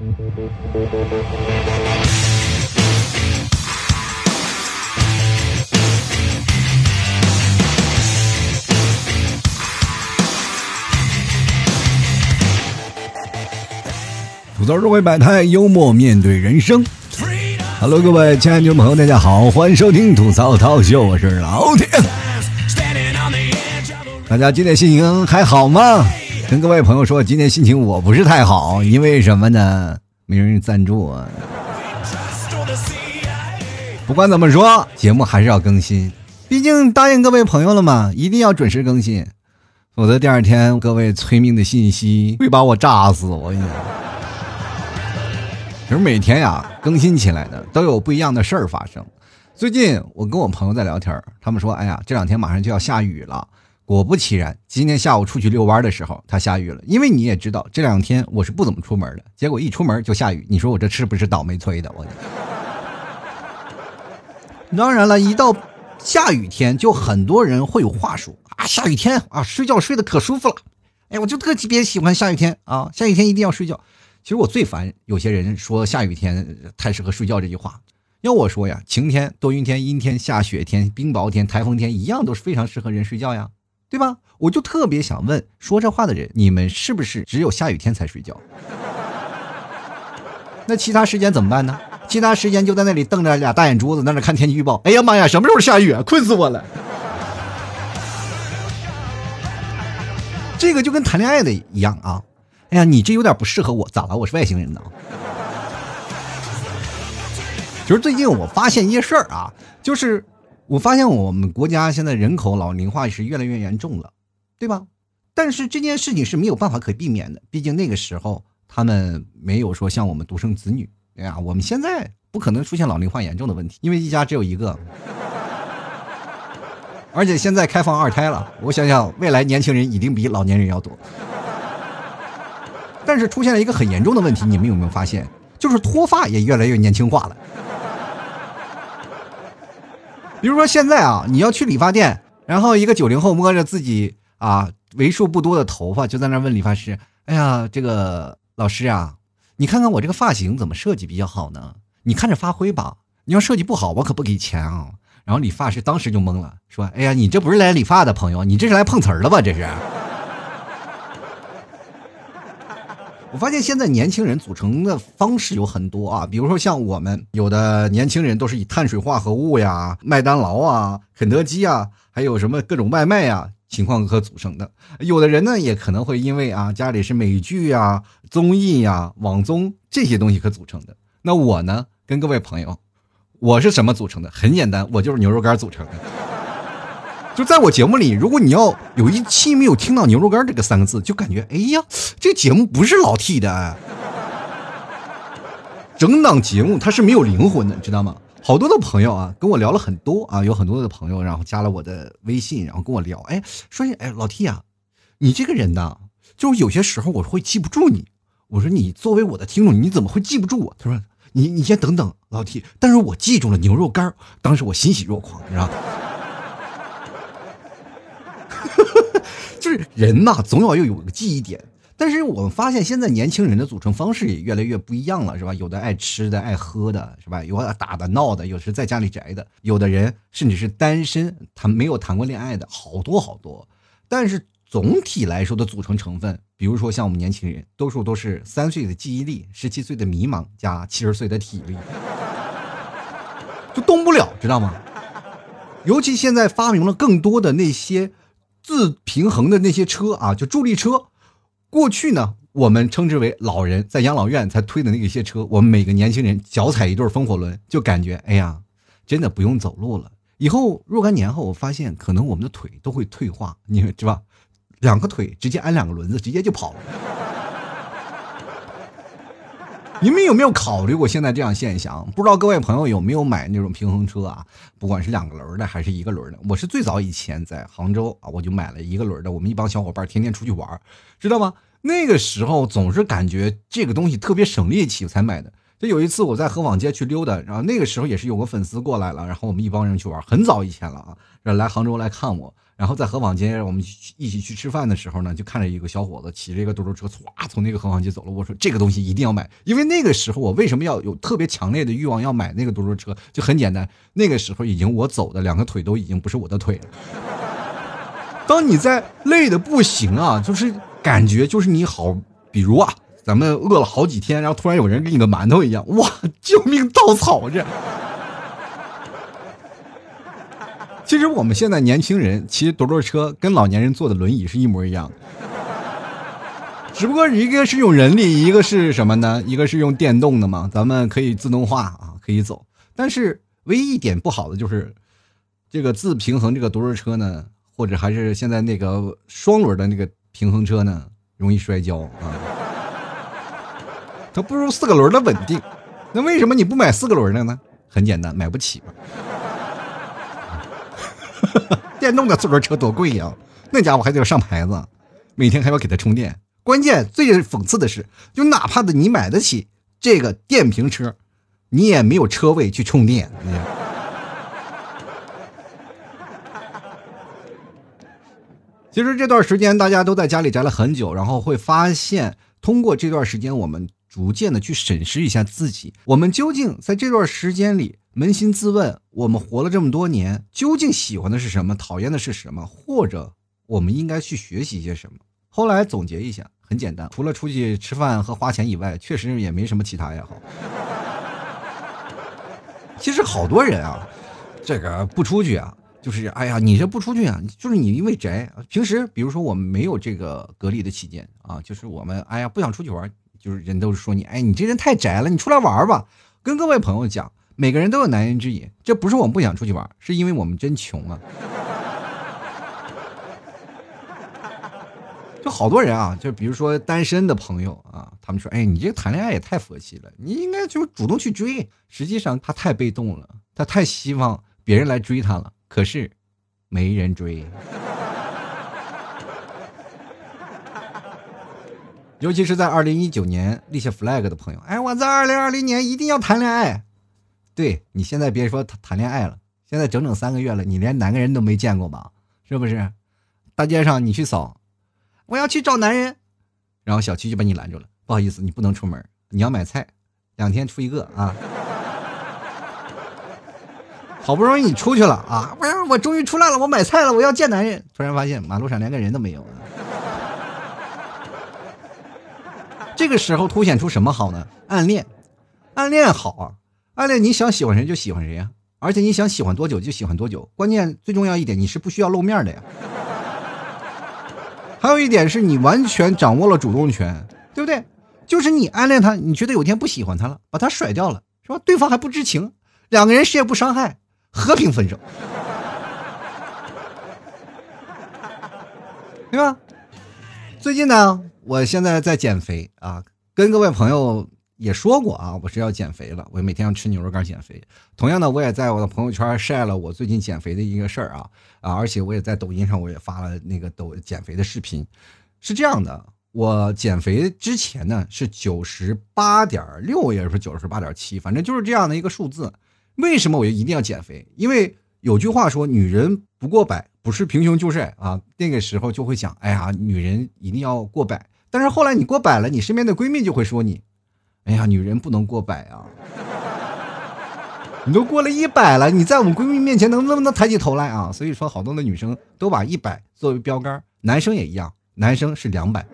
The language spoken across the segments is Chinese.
吐槽社会百态，幽默面对人生。Hello， 各位亲爱的听众朋友，大家好，欢迎收听吐槽涛秀，我是老铁。大家今天心情还好吗？跟各位朋友说，今天心情我不是太好，因为什么呢？没人赞助啊。不管怎么说，节目还是要更新，毕竟答应各位朋友了嘛，一定要准时更新，否则第二天各位催命的信息会把我炸死。我跟你讲。其实每天呀，更新起来的都有不一样的事儿发生。最近我跟我朋友在聊天，他们说：“哎呀，这两天马上就要下雨了。”果不其然，今天下午出去遛弯的时候，它下雨了。因为你也知道，这两天我是不怎么出门的，结果一出门就下雨。你说我这是不是倒霉催的？我当然了，一到下雨天，就很多人会有话说啊，下雨天啊，睡觉睡得可舒服了。哎，我就特别喜欢下雨天啊，下雨天一定要睡觉。其实我最烦有些人说下雨天太适合睡觉这句话。要我说呀，晴天、多云天、阴天、下雪天、冰雹天、台风天一样都是非常适合人睡觉呀，对吧？我就特别想问说这话的人，你们是不是只有下雨天才睡觉？那其他时间怎么办呢？其他时间就在那里瞪着俩大眼珠子，在那看天气预报。哎呀妈呀，什么时候下雨啊？困死我了！这个就跟谈恋爱的一样啊。哎呀，你这有点不适合我，咋了？我是外星人呢。就是最近我发现一些事儿啊，就是我发现我们国家现在人口老龄化是越来越严重了，对吧？但是这件事情是没有办法可避免的，毕竟那个时候他们没有说像我们独生子女，哎呀，我们现在不可能出现老龄化严重的问题，因为一家只有一个。而且现在开放二胎了，我想想，未来年轻人一定比老年人要多。但是出现了一个很严重的问题，你们有没有发现？就是脱发也越来越年轻化了。比如说现在啊，你要去理发店，然后一个90后摸着自己啊为数不多的头发，就在那问理发师：“哎呀，这个老师啊，你看看我这个发型怎么设计比较好呢？你看着发挥吧，你要设计不好，我可不给钱啊。”然后理发师当时就懵了，说：“哎呀，你这不是来理发的朋友，你这是来碰瓷儿的吧？这是。”我发现现在年轻人组成的方式有很多啊，比如说像我们有的年轻人都是以碳水化合物呀、麦当劳啊、肯德基啊，还有什么各种外卖呀情况可组成的。有的人呢也可能会因为啊家里是美剧啊、综艺啊、网综这些东西可组成的。那我呢跟各位朋友，我是什么组成的？很简单，我就是牛肉干组成的。就在我节目里，如果你要有一期没有听到牛肉干这个3个字，就感觉哎呀，这个节目不是老 T 的，整档节目它是没有灵魂的，知道吗？好多的朋友啊跟我聊了很多啊，有很多的朋友然后加了我的微信，然后跟我聊，哎，说哎老 T 啊，你这个人呢，就是有些时候我会记不住你。我说你作为我的听众，你怎么会记不住我？他说你先等等老 T， 但是我记住了牛肉干，当时我欣喜若狂，你知道吗？就是人嘛，总要有个记忆点。但是我们发现现在年轻人的组成方式也越来越不一样了，是吧？有的爱吃的、爱喝的，是吧？有的打的、闹的，有时在家里宅的，有的人甚至是单身，没有谈过恋爱的，好多好多。但是总体来说的组成成分，比如说像我们年轻人，多数都是3岁的记忆力、17岁的迷茫加70岁的体力，就动不了，知道吗？尤其现在发明了更多的那些自平衡的那些车啊，就助力车。过去呢，我们称之为老人在养老院才推的那些车，我们每个年轻人脚踩一对风火轮，就感觉哎呀，真的不用走路了。以后若干年后，我发现可能我们的腿都会退化，你们知道吧？2个腿直接安2个轮子，直接就跑了。你们有没有考虑过现在这样现象？不知道各位朋友有没有买那种平衡车啊？不管是2个轮的还是1个轮的。我是最早以前在杭州啊，我就买了1个轮的。我们一帮小伙伴天天出去玩，知道吗？那个时候总是感觉这个东西特别省力气才买的。 这有一次我在河坊街去溜达，然后那个时候也是有个粉丝过来了，然后我们一帮人去玩，很早以前了啊，来杭州来看我，然后在河坊街我们一起去吃饭的时候呢，就看着一个小伙子骑着一个嘟嘟车，唰从那个河坊街走了。我说这个东西一定要买，因为那个时候我为什么要有特别强烈的欲望要买那个嘟嘟车，就很简单，那个时候已经我走的两个腿都已经不是我的腿了。当你在累的不行啊，就是感觉就是你好，比如啊。咱们饿了好几天，然后突然有人给你个馒头一样，哇，救命稻草这。其实我们现在年轻人骑嘟嘟车跟老年人坐的轮椅是一模一样的，只不过一个是用人力，一个是什么呢？一个是用电动的嘛，咱们可以自动化啊，可以走。但是唯一一点不好的就是这个自平衡这个嘟嘟车呢，或者还是现在那个双轮的那个平衡车呢，容易摔跤啊。它不如四个轮的稳定，那为什么你不买四个轮的呢？很简单，买不起嘛。电动的四轮车多贵呀，那家伙还得要上牌子，每天还要给它充电。关键最讽刺的是，就哪怕的你买得起这个电瓶车，你也没有车位去充电。其实这段时间大家都在家里宅了很久，然后会发现，通过这段时间我们逐渐的去审视一下自己，我们究竟在这段时间里扪心自问，我们活了这么多年，究竟喜欢的是什么，讨厌的是什么，或者我们应该去学习一些什么。后来总结一下，很简单，除了出去吃饭和花钱以外，确实也没什么其他爱好。其实好多人啊，这个不出去啊，就是哎呀，你这不出去啊，就是你因为宅。平时比如说我们没有这个隔离的期间啊，就是我们哎呀不想出去玩，就是人都是说你哎你这人太宅了，你出来玩吧。跟各位朋友讲，每个人都有难言之隐，这不是我们不想出去玩，是因为我们真穷啊。就好多人啊，就比如说单身的朋友啊，他们说哎你这个谈恋爱也太佛系了，你应该就主动去追。实际上他太被动了，他太希望别人来追他了，可是没人追。尤其是在2019年立下 flag 的朋友，哎，我在2020年一定要谈恋爱。对，你现在别说谈恋爱了，现在整整3个月了，你连男人都没见过吧？是不是？大街上你去扫，我要去找男人，然后小区就把你拦住了，不好意思，你不能出门，你要买菜，2天出1个啊。好不容易你出去了啊，我终于出来了，我买菜了，我要见男人，突然发现马路上连个人都没有。这个时候凸显出什么好呢？暗恋。暗恋好啊，暗恋你想喜欢谁就喜欢谁呀，而且你想喜欢多久就喜欢多久，关键最重要一点，你是不需要露面的呀。还有一点是你完全掌握了主动权，对不对？就是你暗恋他，你觉得有天不喜欢他了，把他甩掉了，是吧？对方还不知情，两个人谁也不伤害，和平分手，对吧？最近呢，我现在在减肥啊，跟各位朋友也说过啊，我是要减肥了，我每天要吃牛肉干减肥。同样的，我也在我的朋友圈晒了我最近减肥的一个事儿啊，而且我也在抖音上我也发了那个减肥的视频。是这样的，我减肥之前呢是98.6，也是98.7，反正就是这样的一个数字。为什么我一定要减肥？因为有句话说，女人不过百不是平胸就是矮啊。那个时候就会想，哎呀，女人一定要过百。但是后来你过百了，你身边的闺蜜就会说你，哎呀，女人不能过百啊。你都过了100了，你在我们闺蜜面前能不能抬起头来啊？所以说，好多的女生都把100作为标杆，男生也一样，男生是200。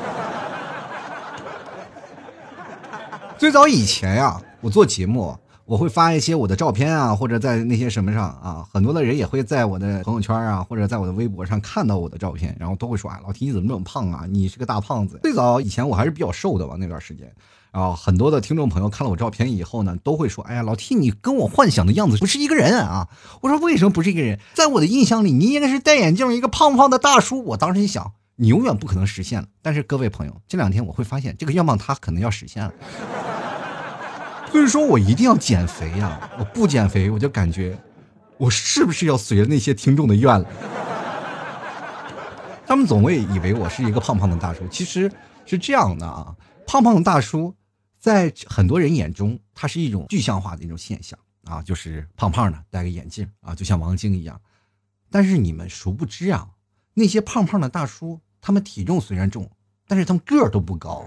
最早以前呀，我做节目，我会发一些我的照片啊，或者在那些什么上啊，很多的人也会在我的朋友圈啊，或者在我的微博上看到我的照片，然后都会说，老T你怎么这么胖啊？你是个大胖子。最早以前我还是比较瘦的吧，那段时间。很多的听众朋友看了我照片以后呢，都会说，哎呀，老T你跟我幻想的样子不是一个人啊。我说为什么不是一个人？在我的印象里，你应该是戴眼镜一个胖胖的大叔。我当时一想，你永远不可能实现了。但是各位朋友，这2天我会发现这个愿望它可能要实现了。所以说我一定要减肥呀！我不减肥，我就感觉我是不是要随了那些听众的愿了？他们总会以为我是一个胖胖的大叔，其实是这样的啊，胖胖的大叔在很多人眼中，它是一种具象化的一种现象啊，就是胖胖的，戴个眼镜啊，就像王晶一样。但是你们殊不知啊，那些胖胖的大叔，他们体重虽然重，但是他们个儿都不高。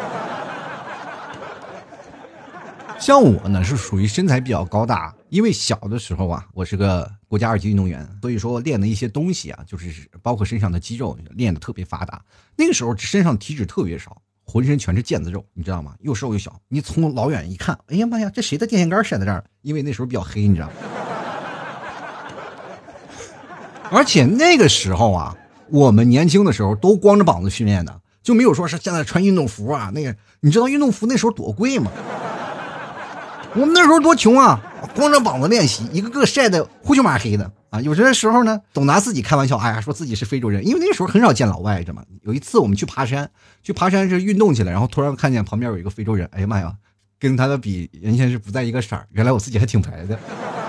像我呢，是属于身材比较高大，因为小的时候啊，我是个国家2级运动员，所以说练的一些东西啊，就是包括身上的肌肉练得特别发达。那个时候身上体脂特别少，浑身全是腱子肉，你知道吗？又瘦又小，你从老远一看，哎呀妈呀，这谁的电线杆晒在这儿？因为那时候比较黑，你知道吗？而且那个时候啊，我们年轻的时候都光着膀子训练的，就没有说是现在穿运动服啊。那个你知道运动服那时候多贵吗？我们那时候多穷啊，光着膀子练习，一个个晒得灰黢麻黑的啊。有些时候呢，总拿自己开玩笑，哎呀，说自己是非洲人，因为那时候很少见老外，知道吗？有一次我们去爬山是运动起来，然后突然看见旁边有一个非洲人，哎呀妈呀，跟他的比原先是不在一个色儿，原来我自己还挺白的。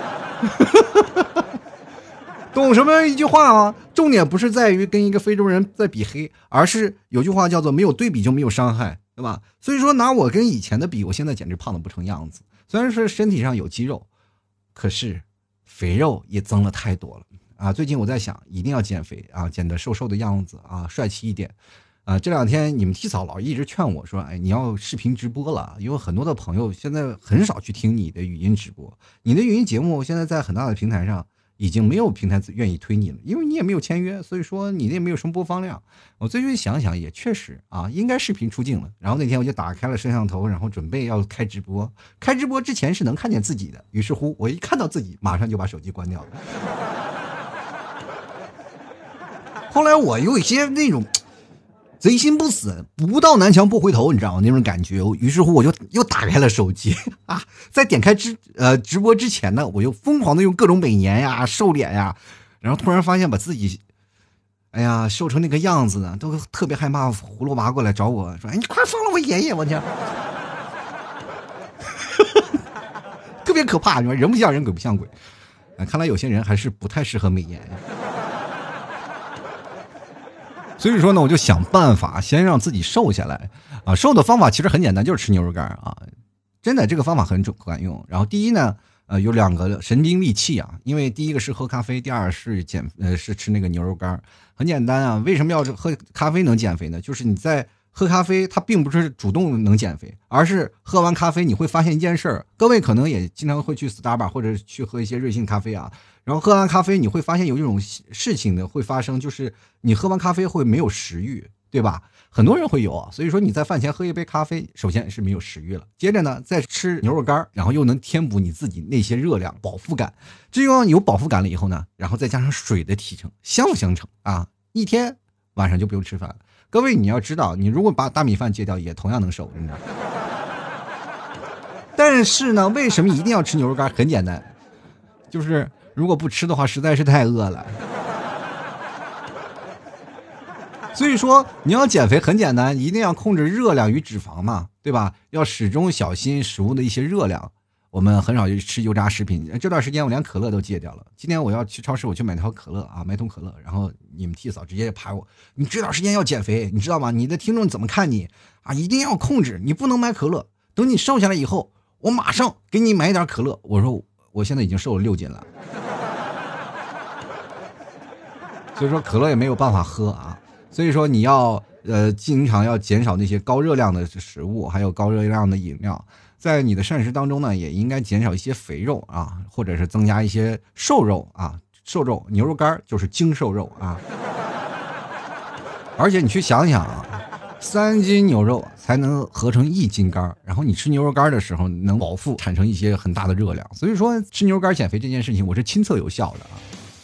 懂什么一句话吗？重点不是在于跟一个非洲人在比黑，而是有句话叫做没有对比就没有伤害，对吧？所以说拿我跟以前的比，我现在简直胖得不成样子。虽然是身体上有肌肉，可是肥肉也增了太多了啊！最近我在想，一定要减肥啊，减得瘦瘦的样子啊，帅气一点啊！这两天你们T嫂老一直劝我说，哎，你要视频直播了，因为很多的朋友现在很少去听你的语音直播，你的语音节目现在在很大的平台上已经没有平台愿意推你了，因为你也没有签约，所以说你也没有什么播放量。我最近想想也确实啊，应该视频出镜了。然后那天我就打开了摄像头，然后准备要开直播。开直播之前是能看见自己的，于是乎我一看到自己，马上就把手机关掉了。后来我有一些那种贼心不死，不到南墙不回头，你知道吗？那种感觉。于是乎我就又打开了手机啊，在点开直播之前呢，我又疯狂的用各种美颜呀、瘦脸呀，然后突然发现把自己，哎呀，瘦成那个样子呢，都特别害怕胡萝卜过来找我说：“哎，你快放了我爷爷！”我天，特别可怕，你说人不像人，鬼不像鬼。看来有些人还是不太适合美颜。所以说呢，我就想办法先让自己瘦下来啊。瘦的方法其实很简单，就是吃牛肉干啊。真的，这个方法很管用。然后第一呢，有2个神兵利器啊。因为第一个是喝咖啡，第二是是吃那个牛肉干。很简单啊，为什么要喝咖啡能减肥呢？就是你在喝咖啡，它并不是主动能减肥，而是喝完咖啡你会发现一件事儿。各位可能也经常会去 Starbucks 或者去喝一些瑞幸咖啡啊。然后喝完咖啡你会发现有一种事情的会发生，就是你喝完咖啡会没有食欲，对吧？很多人会有啊。所以说你在饭前喝一杯咖啡，首先是没有食欲了，接着呢再吃牛肉干，然后又能填补你自己那些热量，饱腹感。至于有饱腹感了以后呢，然后再加上水的提成，相辅相成啊，一天晚上就不用吃饭了。各位你要知道，你如果把大米饭戒掉也同样能瘦，你知道。但是呢，为什么一定要吃牛肉干？很简单，就是如果不吃的话实在是太饿了。所以说你要减肥很简单，一定要控制热量与脂肪嘛，对吧？要始终小心食物的一些热量。我们很少去吃油炸食品，这段时间我连可乐都戒掉了。今天我要去超市，我去买条可乐啊，买桶可乐。然后你们T嫂直接拍我，你这段时间要减肥，你知道吗？你的听众怎么看你啊？一定要控制，你不能买可乐。等你瘦下来以后，我马上给你买一点可乐。我说我现在已经瘦了6斤了，所以说可乐也没有办法喝啊。所以说你要经常要减少那些高热量的食物，还有高热量的饮料。在你的膳食当中呢，也应该减少一些肥肉啊，或者是增加一些瘦肉啊。瘦肉牛肉干就是精瘦肉啊。而且你去想想啊，3斤牛肉才能合成1斤干，然后你吃牛肉干的时候能饱腹，产生一些很大的热量。所以说吃牛肉干减肥这件事情我是亲测有效的啊。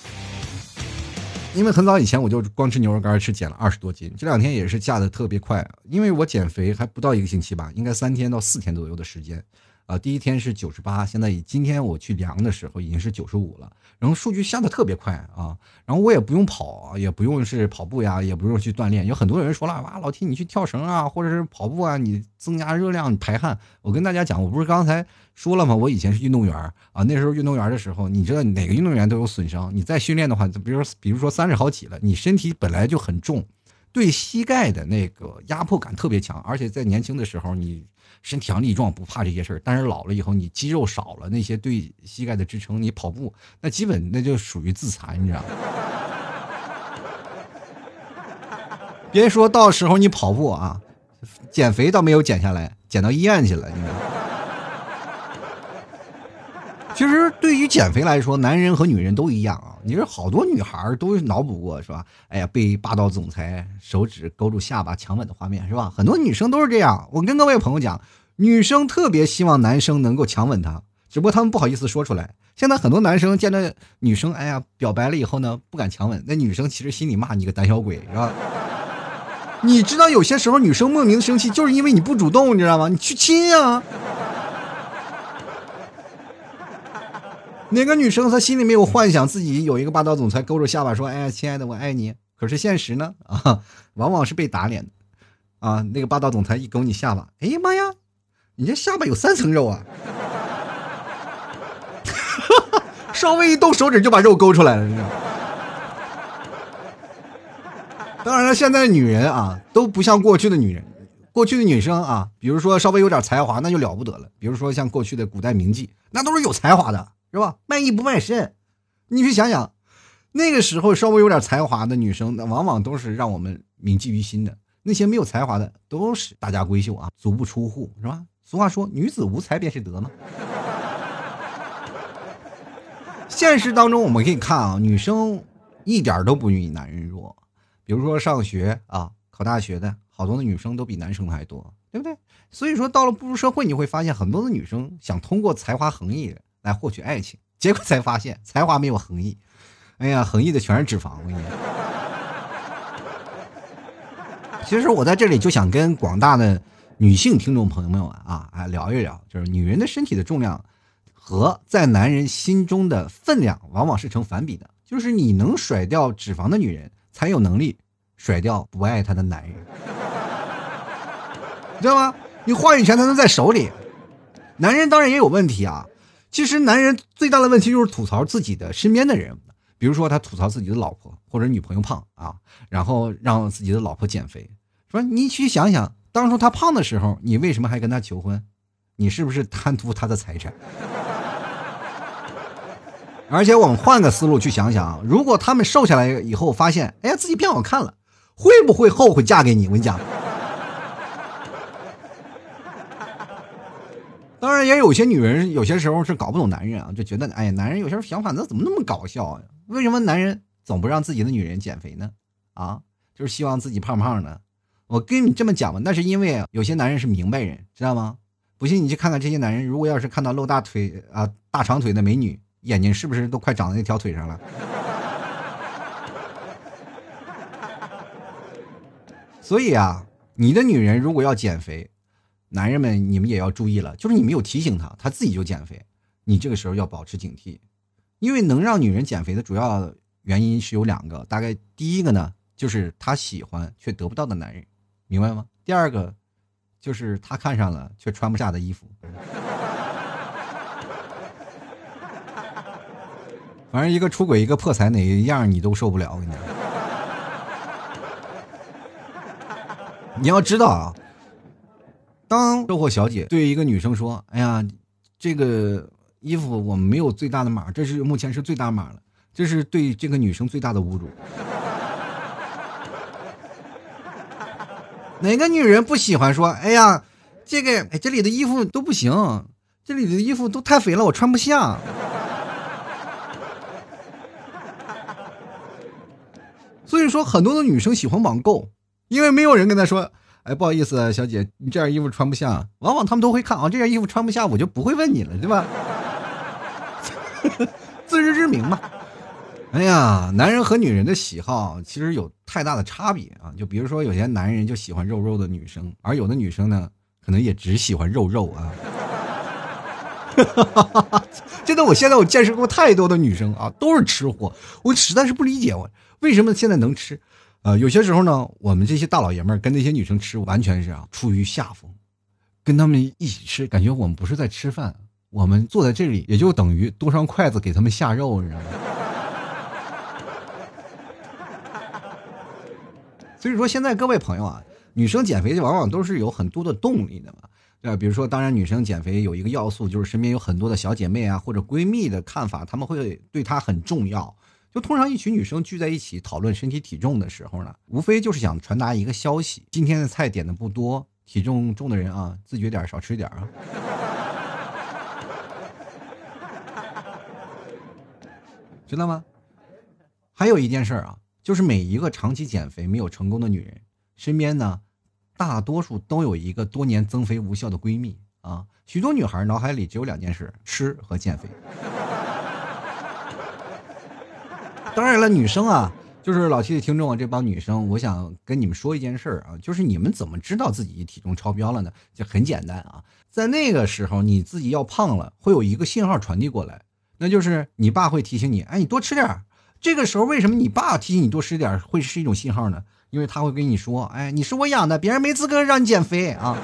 因为很早以前我就光吃牛肉干吃减了20多斤，这2天也是下的特别快。因为我减肥还不到1个星期吧，应该3天到4天左右的时间。第一天是98，现在今天我去量的时候已经是95了，然后数据下的特别快啊。然后我也不用跑，也不用是跑步呀，也不用去锻炼。有很多人说了，哇，老T你去跳绳啊，或者是跑步啊，你增加热量，你排汗。我跟大家讲，我不是刚才说了吗？我以前是运动员啊，那时候运动员的时候，你知道哪个运动员都有损伤。你再训练的话，比如说30好几了，你身体本来就很重，对膝盖的那个压迫感特别强，而且在年轻的时候，你身体上力壮，不怕这些事儿。但是老了以后，你肌肉少了，那些对膝盖的支撑，你跑步那基本那就属于自残，你知道吗？别说到时候你跑步啊，减肥倒没有减下来，减到医院去了，你知道吗？其实对于减肥来说，男人和女人都一样啊。你说好多女孩都脑补过是吧？哎呀，被霸道总裁手指勾住下巴强吻的画面是吧？很多女生都是这样。我跟各位朋友讲，女生特别希望男生能够强吻她，只不过他们不好意思说出来。现在很多男生见到女生，哎呀，表白了以后呢，不敢强吻，那女生其实心里骂你个胆小鬼是吧？你知道有些时候女生莫名的生气，就是因为你不主动，你知道吗？你去亲啊。哪个女生她心里没有幻想自己有一个霸道总裁勾着下巴说：“哎呀，亲爱的，我爱你。”可是现实呢？啊，往往是被打脸的。啊，那个霸道总裁一勾你下巴，哎呀妈呀，你这下巴有3层肉啊！稍微一动手指就把肉勾出来了，你知道。当然了，现在的女人啊，都不像过去的女人。过去的女生啊，比如说稍微有点才华，那就了不得了。比如说像过去的古代名妓，那都是有才华的。是吧？卖艺不卖身，你去想想，那个时候稍微有点才华的女生，那往往都是让我们铭记于心的。那些没有才华的，都是大家闺秀啊，足不出户，是吧？俗话说，女子无才便是德嘛。现实当中我们可以看啊，女生一点都不比男人弱。比如说上学啊，考大学的好多的女生都比男生还多，对不对？所以说到了步入社会，你会发现很多的女生想通过才华横溢来获取爱情，结果才发现才华没有横溢，哎呀，横溢的全是脂肪。我跟你讲，其实我在这里就想跟广大的女性听众朋友们啊，聊一聊，就是女人的身体的重量和在男人心中的分量往往是成反比的，就是你能甩掉脂肪的女人，才有能力甩掉不爱她的男人，知道吗？你话语权才能在手里。男人当然也有问题啊。其实男人最大的问题就是吐槽自己的身边的人，比如说他吐槽自己的老婆或者女朋友胖啊，然后让自己的老婆减肥。说你去想想，当初他胖的时候，你为什么还跟他求婚？你是不是贪图他的财产？而且我们换个思路去想想，如果他们瘦下来以后发现，哎呀自己变好看了，会不会后悔嫁给你？我跟你讲。当然也有些女人有些时候是搞不懂男人啊，就觉得哎呀，男人有些想法怎么那么搞笑啊？为什么男人总不让自己的女人减肥呢？啊，就是希望自己胖胖的。我跟你这么讲吧，那是因为有些男人是明白人，知道吗？不信你去看看这些男人，如果要是看到露大腿啊、大长腿的美女，眼睛是不是都快长在那条腿上了？所以啊，你的女人如果要减肥，男人们你们也要注意了，就是你没有提醒他，他自己就减肥，你这个时候要保持警惕。因为能让女人减肥的主要原因是有2个，大概第一个呢，就是她喜欢却得不到的男人，明白吗？第二个就是她看上了却穿不下的衣服。反正一个出轨一个破财，哪一样你都受不了，我跟你讲。你要知道啊，当售货小姐对一个女生说：“哎呀，这个衣服我们没有最大的码，这是目前是最大码了。”这是对这个女生最大的侮辱。哪个女人不喜欢说：“哎呀，这里的衣服都不行，这里的衣服都太肥了，我穿不下。”所以说，很多的女生喜欢网购，因为没有人跟她说。哎，不好意思，小姐，你这件衣服穿不下。往往他们都会看啊，这件衣服穿不下，我就不会问你了，对吧？自知之明嘛。哎呀，男人和女人的喜好其实有太大的差别啊。就比如说，有些男人就喜欢肉肉的女生，而有的女生呢，可能也只喜欢肉肉啊。真的，我现在见识过太多的女生啊，都是吃货，我实在是不理解我为什么现在能吃。有些时候呢，我们这些大老爷们儿跟那些女生吃，完全是处于下风，跟他们一起吃，感觉我们不是在吃饭，我们坐在这里也就等于多双筷子给他们下肉，你知道吗？所以说，现在各位朋友啊，女生减肥往往都是有很多的动力的嘛。 比如说，当然女生减肥有一个要素，就是身边有很多的小姐妹啊或者闺蜜的看法，她们会对她很重要。就通常一群女生聚在一起讨论身体体重的时候呢，无非就是想传达一个消息：今天的菜点的不多，体重重的人啊，自觉点，少吃点啊。知道吗？还有一件事啊，就是每一个长期减肥没有成功的女人，身边呢，大多数都有一个多年增肥无效的闺蜜啊。许多女孩脑海里只有两件事：吃和减肥。当然了，女生啊，就是老 T 的听众啊，这帮女生，我想跟你们说一件事啊，就是你们怎么知道自己体重超标了呢？就很简单啊，在那个时候你自己要胖了，会有一个信号传递过来，那就是你爸会提醒你，哎，你多吃点。这个时候为什么你爸提醒你多吃点会是一种信号呢？因为他会跟你说，哎，你是我养的，别人没资格让你减肥啊。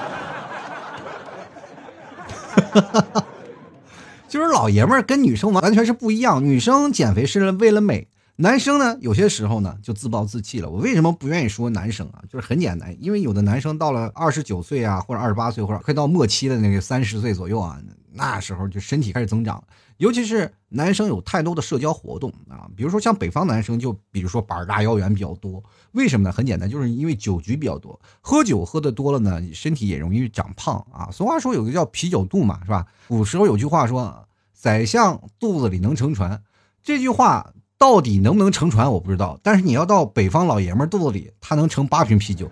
就是老爷们儿跟女生完全是不一样，女生减肥是为了美，男生呢有些时候呢就自暴自弃了。我为什么不愿意说男生啊？就是很简单，因为有的男生到了29岁啊，或者28岁，或者快到末期的那个30岁左右啊，那时候就身体开始增长，尤其是男生有太多的社交活动啊，比如说像北方男生就比如说板大腰圆比较多，为什么呢？很简单，就是因为酒局比较多，喝酒喝的多了呢，身体也容易长胖啊。俗话说有个叫啤酒肚嘛，是吧？古时候有句话说，宰相肚子里能撑船，这句话到底能不能撑船我不知道，但是你要到北方老爷们肚子里，他能撑8瓶啤酒。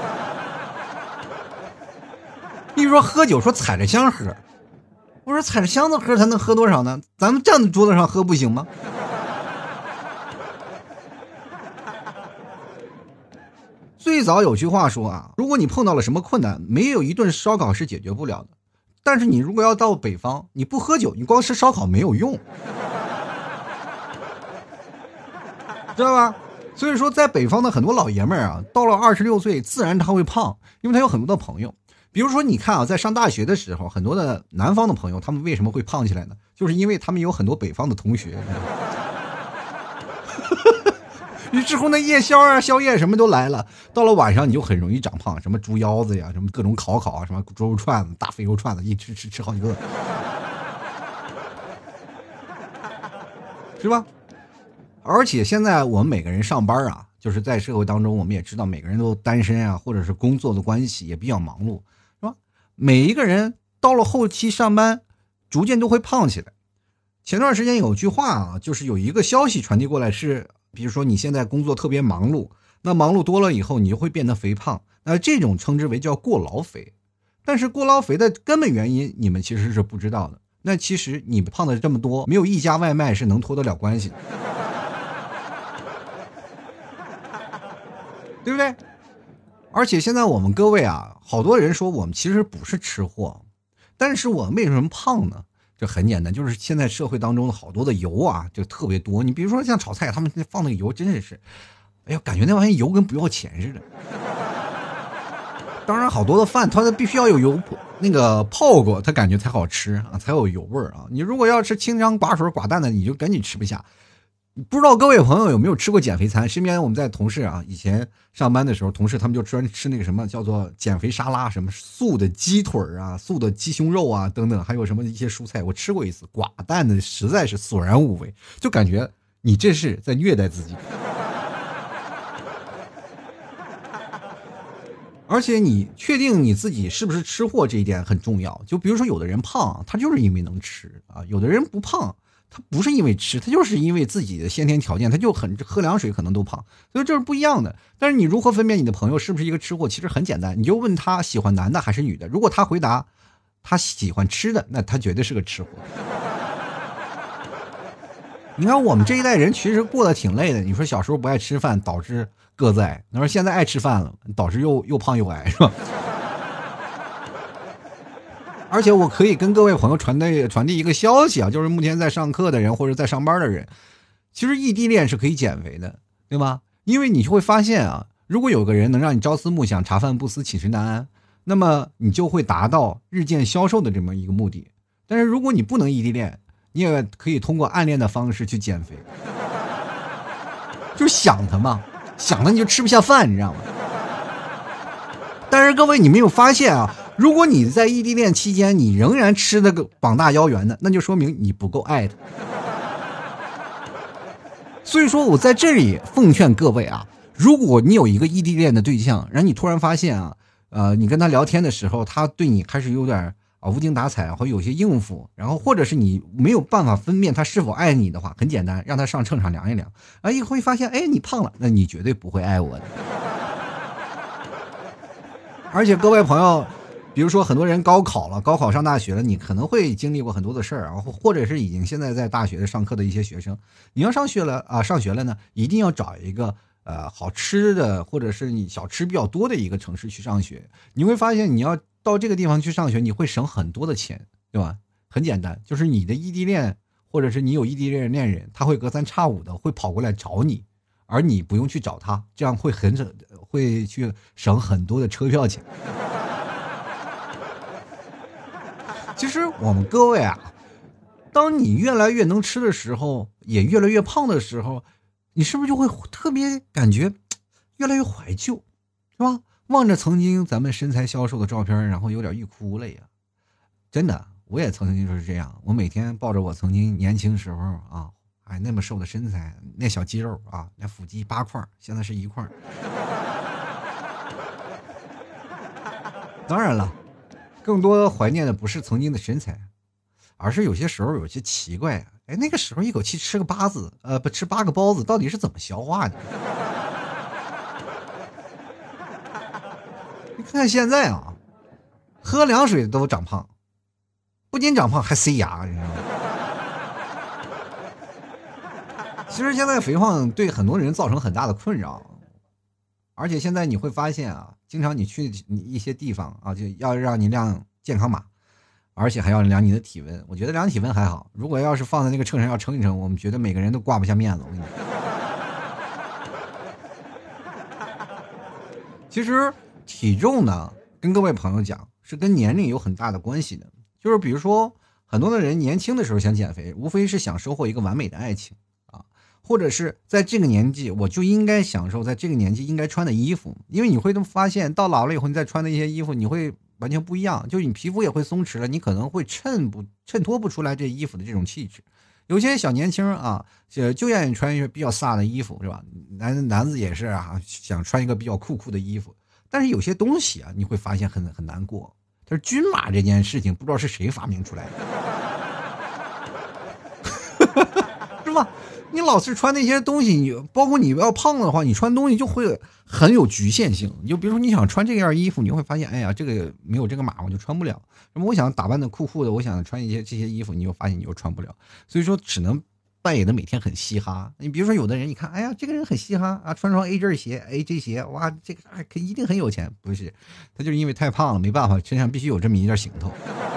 你说喝酒说踩着香喝，我说踩着箱子喝才能喝多少呢？咱们站在桌子上喝不行吗？最早有句话说啊，如果你碰到了什么困难，没有一顿烧烤是解决不了的。但是你如果要到北方，你不喝酒，你光吃烧烤没有用，知道吧？所以说在北方的很多老爷们儿啊，到了26岁自然他会胖，因为他有很多的朋友。比如说你看啊，在上大学的时候，很多的南方的朋友他们为什么会胖起来呢？就是因为他们有很多北方的同学。于是乎那夜宵啊宵夜什么都来了，到了晚上你就很容易长胖，什么猪腰子呀，什么各种烤啊，什么猪肉串子，大肥肉串子，一吃好几个，是吧？而且现在我们每个人上班啊，就是在社会当中，我们也知道每个人都单身啊，或者是工作的关系也比较忙碌，是吧？每一个人到了后期上班，逐渐都会胖起来。前段时间有句话啊，就是有一个消息传递过来是，比如说你现在工作特别忙碌，那忙碌多了以后，你就会变得肥胖，那这种称之为叫过劳肥。但是过劳肥的根本原因你们其实是不知道的。那其实你胖的这么多，没有一家外卖是能脱得了关系的，对不对？而且现在我们各位啊，好多人说我们其实不是吃货，但是我们为什么胖呢？这很简单，就是现在社会当中的好多的油啊，就特别多。你比如说像炒菜，他们放那个油真是，哎呀，感觉那玩意油跟不要钱似的。当然，好多的饭它必须要有油那个泡过，它感觉才好吃啊，才有油味儿啊。你如果要吃清汤寡水寡淡的，你就赶紧吃不下。不知道各位朋友有没有吃过减肥餐？身边我们在同事啊，以前上班的时候，同事他们就专吃那个什么叫做减肥沙拉，什么素的鸡腿啊、素的鸡胸肉啊等等，还有什么一些蔬菜。我吃过一次，寡淡的实在是索然无味，就感觉你这是在虐待自己。而且你确定你自己是不是吃货这一点很重要。就比如说有的人胖，他就是因为能吃啊；有的人不胖，他不是因为吃，他就是因为自己的先天条件，他就很喝凉水可能都胖，所以这是不一样的。但是你如何分辨你的朋友是不是一个吃货？其实很简单，你就问他喜欢男的还是女的。如果他回答他喜欢吃的，那他绝对是个吃货。你看我们这一代人其实过得挺累的。你说小时候不爱吃饭，导致个子矮；你说现在爱吃饭了，导致又胖又矮，是吧？而且我可以跟各位朋友传递一个消息啊，就是目前在上课的人或者在上班的人，其实异地恋是可以减肥的，对吧？因为你就会发现啊，如果有个人能让你朝思暮想、茶饭不思、寝食难安，那么你就会达到日渐消瘦的这么一个目的。但是如果你不能异地恋，你也可以通过暗恋的方式去减肥，就想他嘛，想他你就吃不下饭，你知道吗？但是各位，你没有发现啊， 如果你在异地恋期间你仍然吃的个膀大腰圆的，那就说明你不够爱他。所以说我在这里奉劝各位啊，如果你有一个异地恋的对象，然后你突然发现啊，你跟他聊天的时候，他对你开始有点无精打采，或有些应付，然后或者是你没有办法分辨他是否爱你的话，很简单，让他上秤上量一量，一会发现，你胖了，那你绝对不会爱我的。而且各位朋友，比如说很多人高考上大学了，你可能会经历过很多的事儿，或者是已经现在在大学上课的一些学生，你要上学了呢，一定要找一个好吃的，或者是你小吃比较多的一个城市去上学。你会发现你要到这个地方去上学，你会省很多的钱，对吧？很简单，就是你的异地恋，或者是你有异地恋人，他会隔三差五的会跑过来找你，而你不用去找他，这样会去省很多的车票钱。其实我们各位啊，当你越来越能吃的时候，也越来越胖的时候，你是不是就会特别感觉越来越怀旧，是吧？望着曾经咱们身材消瘦的照片，然后有点欲哭无泪啊！真的，我也曾经就是这样，我每天抱着我曾经年轻时候啊，那么瘦的身材，那小肌肉啊，那腹肌8块，现在是1块。当然了，更多怀念的不是曾经的身材，而是有些时候有些奇怪，那个时候一口气吃个8个包子，到底是怎么消化的？你看看现在啊，喝凉水都长胖，不仅长胖还塞牙，你知道吗？其实现在肥胖对很多人造成很大的困扰，而且现在你会发现啊，经常你去一些地方啊，就要让你量健康码，而且还要量你的体温。我觉得量体温还好，如果要是放在那个秤上要称一称，我们觉得每个人都挂不下面子。我跟你说，其实体重呢，跟各位朋友讲，是跟年龄有很大的关系的。就是比如说，很多的人年轻的时候想减肥，无非是想收获一个完美的爱情啊，或者是在这个年纪，我就应该享受在这个年纪应该穿的衣服。因为你会发现，到老了以后，你再穿的一些衣服，你会完全不一样，就你皮肤也会松弛了，你可能会衬托不出来这衣服的这种气质。有些小年轻啊，就愿意穿一些比较飒的衣服，是吧？男子也是啊，想穿一个比较酷的衣服。但是有些东西啊，你会发现很难过。他说均码这件事情，不知道是谁发明出来的，是吧？你老是穿那些东西，你包括你要胖的话，你穿东西就会很有局限性。你就比如说你想穿这件衣服，你会发现，哎呀，这个没有这个码我就穿不了。那么我想打扮的酷的，我想穿这些衣服，你又发现你又穿不了。所以说只能扮演的每天很嘻哈。你比如说有的人一看，哎呀，这个人很嘻哈啊，穿双 AJ 鞋，哇，这个一定很有钱。不是，他就是因为太胖了，没办法，身上必须有这么一件行头。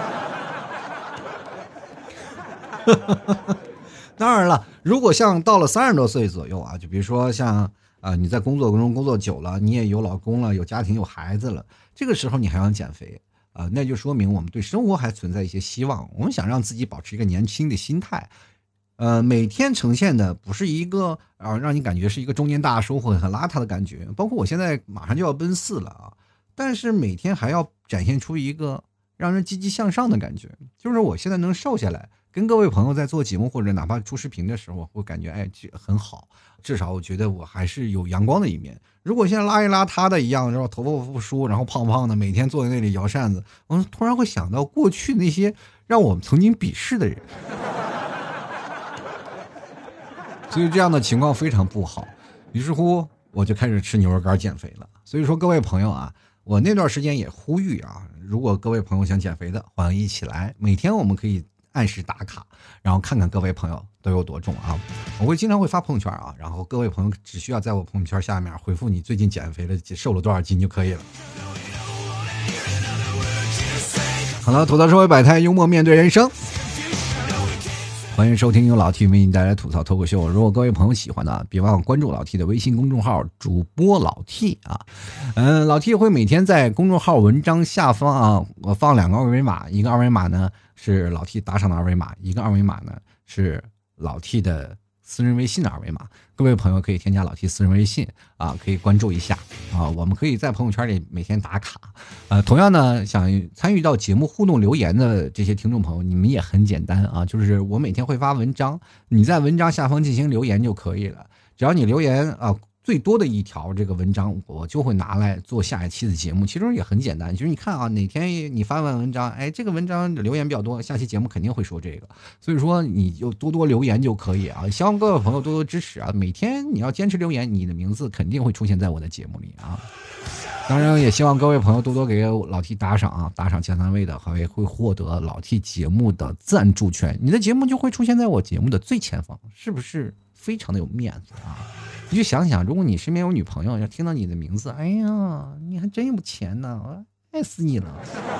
当然了，如果像到了30多岁左右啊，就比如说像你在工作中工作久了，你也有老公了，有家庭有孩子了，这个时候你还想减肥那就说明我们对生活还存在一些希望，我们想让自己保持一个年轻的心态。每天呈现的不是一个让你感觉是一个中年大叔或很邋遢的感觉，包括我现在马上就要奔4了啊，但是每天还要展现出一个让人积极向上的感觉，就是我现在能瘦下来，跟各位朋友在做节目或者哪怕出视频的时候，会感觉很好，至少我觉得我还是有阳光的一面。如果现在邋里邋遢的一样，然后头发不梳，然后胖胖的，每天坐在那里摇扇子，我突然会想到过去那些让我们曾经鄙视的人。所以这样的情况非常不好，于是乎我就开始吃牛肉干减肥了。所以说各位朋友啊，我那段时间也呼吁啊，如果各位朋友想减肥的，欢迎一起来，每天我们可以按时打卡，然后看看各位朋友都有多重啊。我经常会发朋友圈啊，然后各位朋友只需要在我朋友圈下面回复你最近减肥了瘦了多少斤就可以了。好了，吐槽社会百态，幽默面对人生，欢迎收听由老 T 为你带来吐槽脱口秀。如果各位朋友喜欢的，别忘了关注老 T 的微信公众号主播老 T 啊。老 T 会每天在公众号文章下方啊，我放2个二维码，一个二维码呢是老 T 打赏的二维码，一个二维码呢是老 T 的私人微信的二维码，各位朋友可以添加老 T 私人微信啊，可以关注一下啊。我们可以在朋友圈里每天打卡。同样呢，想参与到节目互动留言的这些听众朋友，你们也很简单啊，就是我每天会发文章，你在文章下方进行留言就可以了。只要你留言啊，最多的一条这个文章，我就会拿来做下一期的节目。其实也很简单，就是你看啊，哪天你发完文章，哎，这个文章留言比较多，下期节目肯定会说这个。所以说你就多多留言就可以啊。希望各位朋友多多支持啊！每天你要坚持留言，你的名字肯定会出现在我的节目里啊。当然也希望各位朋友多多给老 T 打赏啊，打赏前3位的还会获得老 T 节目的赞助权，你的节目就会出现在我节目的最前方，是不是非常的有面子啊？你就想想，如果你身边有女朋友，要听到你的名字，哎呀，你还真有钱呢，我爱死你了。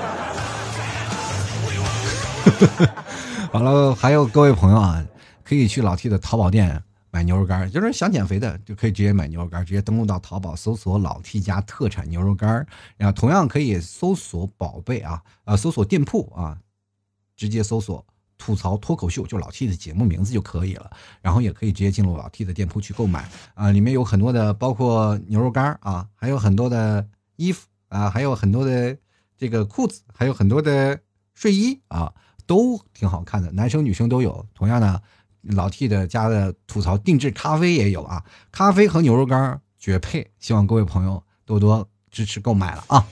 好了，还有各位朋友啊，可以去老 T 的淘宝店买牛肉干，就是想减肥的就可以直接买牛肉干，直接登录到淘宝搜索老 T 家特产牛肉干，然后同样可以搜索宝贝啊，搜索店铺啊，直接搜索吐槽脱口秀，就老 T 的节目名字就可以了，然后也可以直接进入老 T 的店铺去购买啊，里面有很多的，包括牛肉干啊，还有很多的衣服啊，还有很多的这个裤子，还有很多的睡衣啊，都挺好看的，男生女生都有。同样呢，老 T 的家的吐槽定制咖啡也有啊，咖啡和牛肉干绝配，希望各位朋友多多支持购买了啊。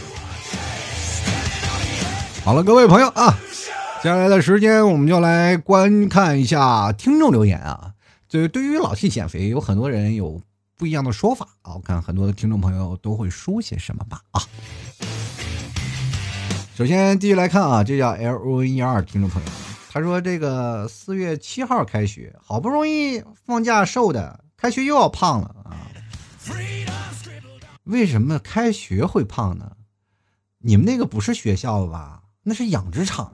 好了，各位朋友啊。接下来的时间我们就来观看一下听众留言啊。对于老 T 减肥，有很多人有不一样的说法啊。我看很多的听众朋友都会说些什么吧啊。首先第一来看啊，这叫 LON12 听众朋友，他说这个4月7号开学，好不容易放假瘦的，开学又要胖了啊。为什么开学会胖呢？你们那个不是学校吧？那是养殖场啊。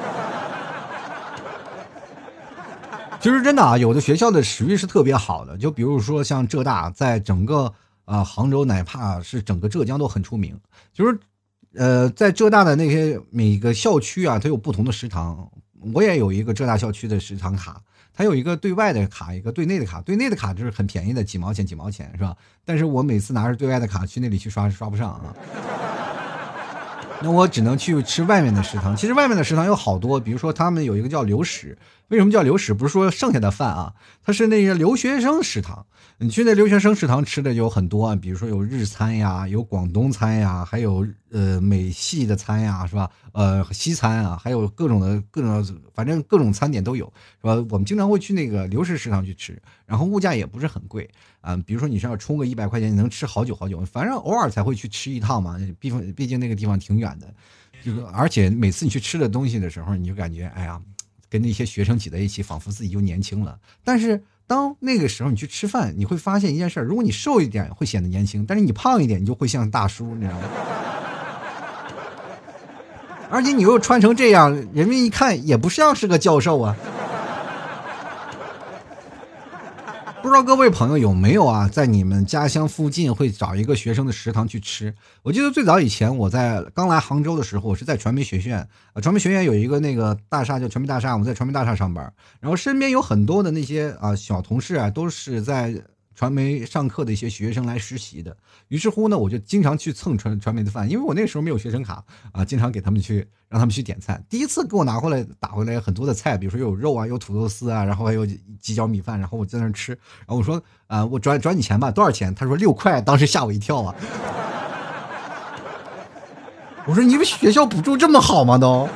其实真的啊，有的学校的食欲是特别好的，就比如说像浙大，在整个杭州，哪怕是整个浙江都很出名。就是在浙大的那些每个校区啊，它有不同的食堂。我也有一个浙大校区的食堂卡，它有一个对外的卡，一个对内的卡。对内的卡就是很便宜的，几毛钱是吧？但是我每次拿着对外的卡去那里去刷不上啊。那我只能去吃外面的食堂。其实外面的食堂有好多，比如说他们有一个叫留食。为什么叫留食？不是说剩下的饭啊，它是那个留学生食堂。你去那留学生食堂吃的就有很多啊，比如说有日餐呀，有广东餐呀，还有美系的餐呀，是吧？西餐啊，还有各种，反正各种餐点都有，是吧？我们经常会去那个留食食堂去吃，然后物价也不是很贵啊。比如说你是要充个100块钱，你能吃好久，反正偶尔才会去吃一趟嘛，毕竟那个地方挺远的，而且每次你去吃的东西的时候，你就感觉哎呀，跟那些学生挤在一起，仿佛自己又年轻了。但是当那个时候你去吃饭，你会发现一件事，如果你瘦一点会显得年轻，但是你胖一点你就会像大叔，你知道吗？而且你又穿成这样，人们一看也不像是个教授啊。不知道各位朋友有没有啊，在你们家乡附近会找一个学生的食堂去吃？我记得最早以前我在刚来杭州的时候，我是在传媒学院，传媒学院有一个那个大厦叫传媒大厦，我在传媒大厦上班，然后身边有很多的那些小同事啊，都是在传媒上课的一些学生来实习的。于是乎呢，我就经常去蹭传媒的饭，因为我那个时候没有学生卡啊，经常给他们让他们去点餐。第一次给我打回来很多的菜，比如说有肉啊，有土豆丝啊，然后还有鸡脚米饭，然后我在那吃，然后我说我转你钱吧，多少钱？他说6块，当时吓我一跳啊。我说你们学校补助这么好吗都？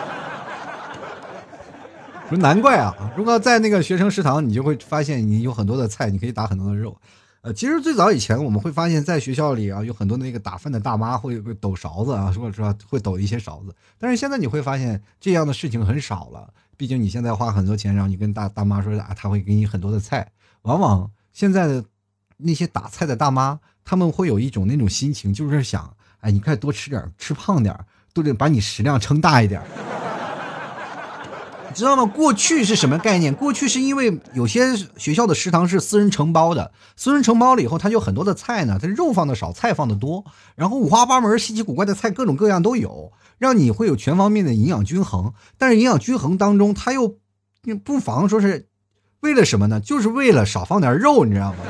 说难怪啊！如果在那个学生食堂，你就会发现你有很多的菜，你可以打很多的肉。其实最早以前我们会发现，在学校里啊，有很多那个打饭的大妈会抖勺子啊，说会抖一些勺子。但是现在你会发现这样的事情很少了，毕竟你现在花很多钱，然后你跟大妈说啊，他会给你很多的菜。往往现在的那些打菜的大妈，他们会有一种那种心情，就是想，哎，你快多吃点，吃胖点，都得把你食量撑大一点。你知道吗？过去是什么概念？过去是因为有些学校的食堂是私人承包的，私人承包了以后，它就很多的菜呢，它肉放的少，菜放的多，然后五花八门、稀奇古怪的菜各种各样都有，让你会有全方面的营养均衡。但是营养均衡当中，它又不妨说是为了什么呢？就是为了少放点肉，你知道吗？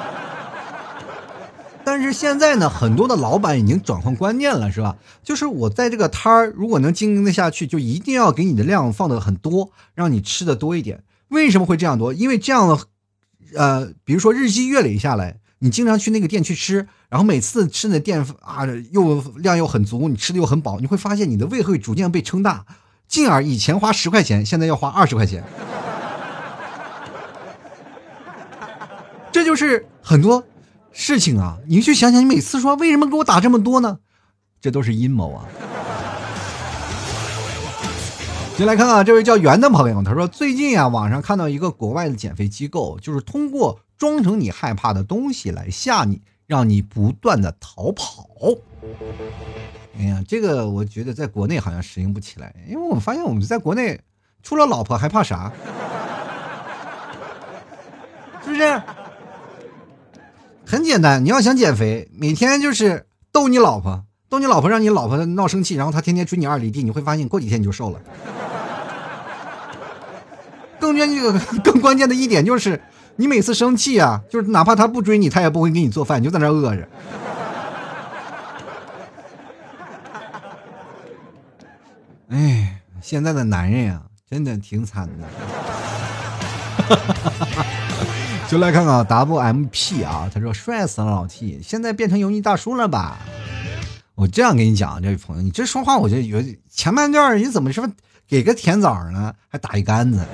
但是现在呢，很多的老板已经转换观念了，是吧？就是我在这个摊儿，如果能经营得下去，就一定要给你的量放的很多，让你吃的多一点。为什么会这样多？因为这样的，比如说日积月累下来，你经常去那个店去吃，然后每次吃那店啊，又量又很足，你吃的又很饱，你会发现你的胃会逐渐被撑大，进而以前花10块钱，现在要花20块钱。这就是很多事情啊，你去想想，你每次说为什么给我打这么多呢？这都是阴谋啊！先来看看这位叫袁的朋友，他说最近啊，网上看到一个国外的减肥机构，就是通过装成你害怕的东西来吓你，让你不断的逃跑。哎呀，这个我觉得在国内好像实行不起来，因为我们发现我们在国内除了老婆还怕啥？是不是？很简单，你要想减肥，每天就是逗你老婆，让你老婆闹生气，然后她天天追你2里地，你会发现过几天你就瘦了。更关键的一点就是，你每次生气啊，就是哪怕她不追你，她也不会给你做饭，你就在那饿着。哎，现在的男人呀，真的挺惨的。就来看看 WMP 啊，他说帅死了老 T， 现在变成油腻大叔了吧？我这样跟你讲，这位朋友，你这说话我就有前半段你怎么说给个甜枣呢，还打一竿子？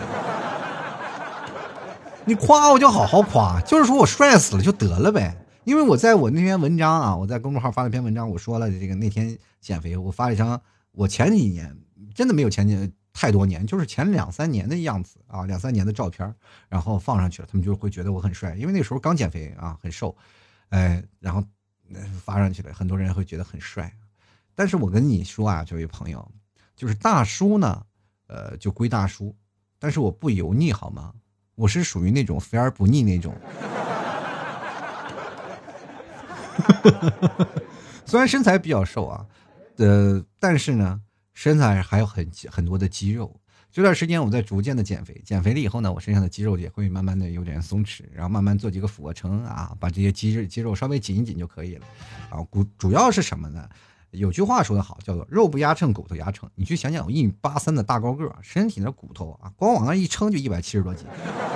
你夸我就好好夸，就是说我帅死了就得了呗。因为我在我那篇文章啊，我在公众号发了篇文章，我说了这个那天减肥，我发了一张我前几年真的没有前几年太多年，就是前2-3年的样子啊，2-3年的照片，然后放上去了，他们就会觉得我很帅，因为那时候刚减肥啊，很瘦，然后发上去了，很多人会觉得很帅。但是我跟你说啊，这位朋友，就是大叔呢，就归大叔，但是我不油腻好吗？我是属于那种肥而不腻那种。虽然身材比较瘦啊，但是呢，身材还有很多的肌肉。这段时间我在逐渐的减肥，减肥了以后呢，我身上的肌肉也会慢慢的有点松弛，然后慢慢做几个俯卧撑啊，把这些肌肉稍微紧一紧就可以了。啊，主要是什么呢？有句话说得好，叫做肉不压秤，骨头压秤。你去想想，我1.83的大高个，身体的骨头啊，光往那一称就170多斤。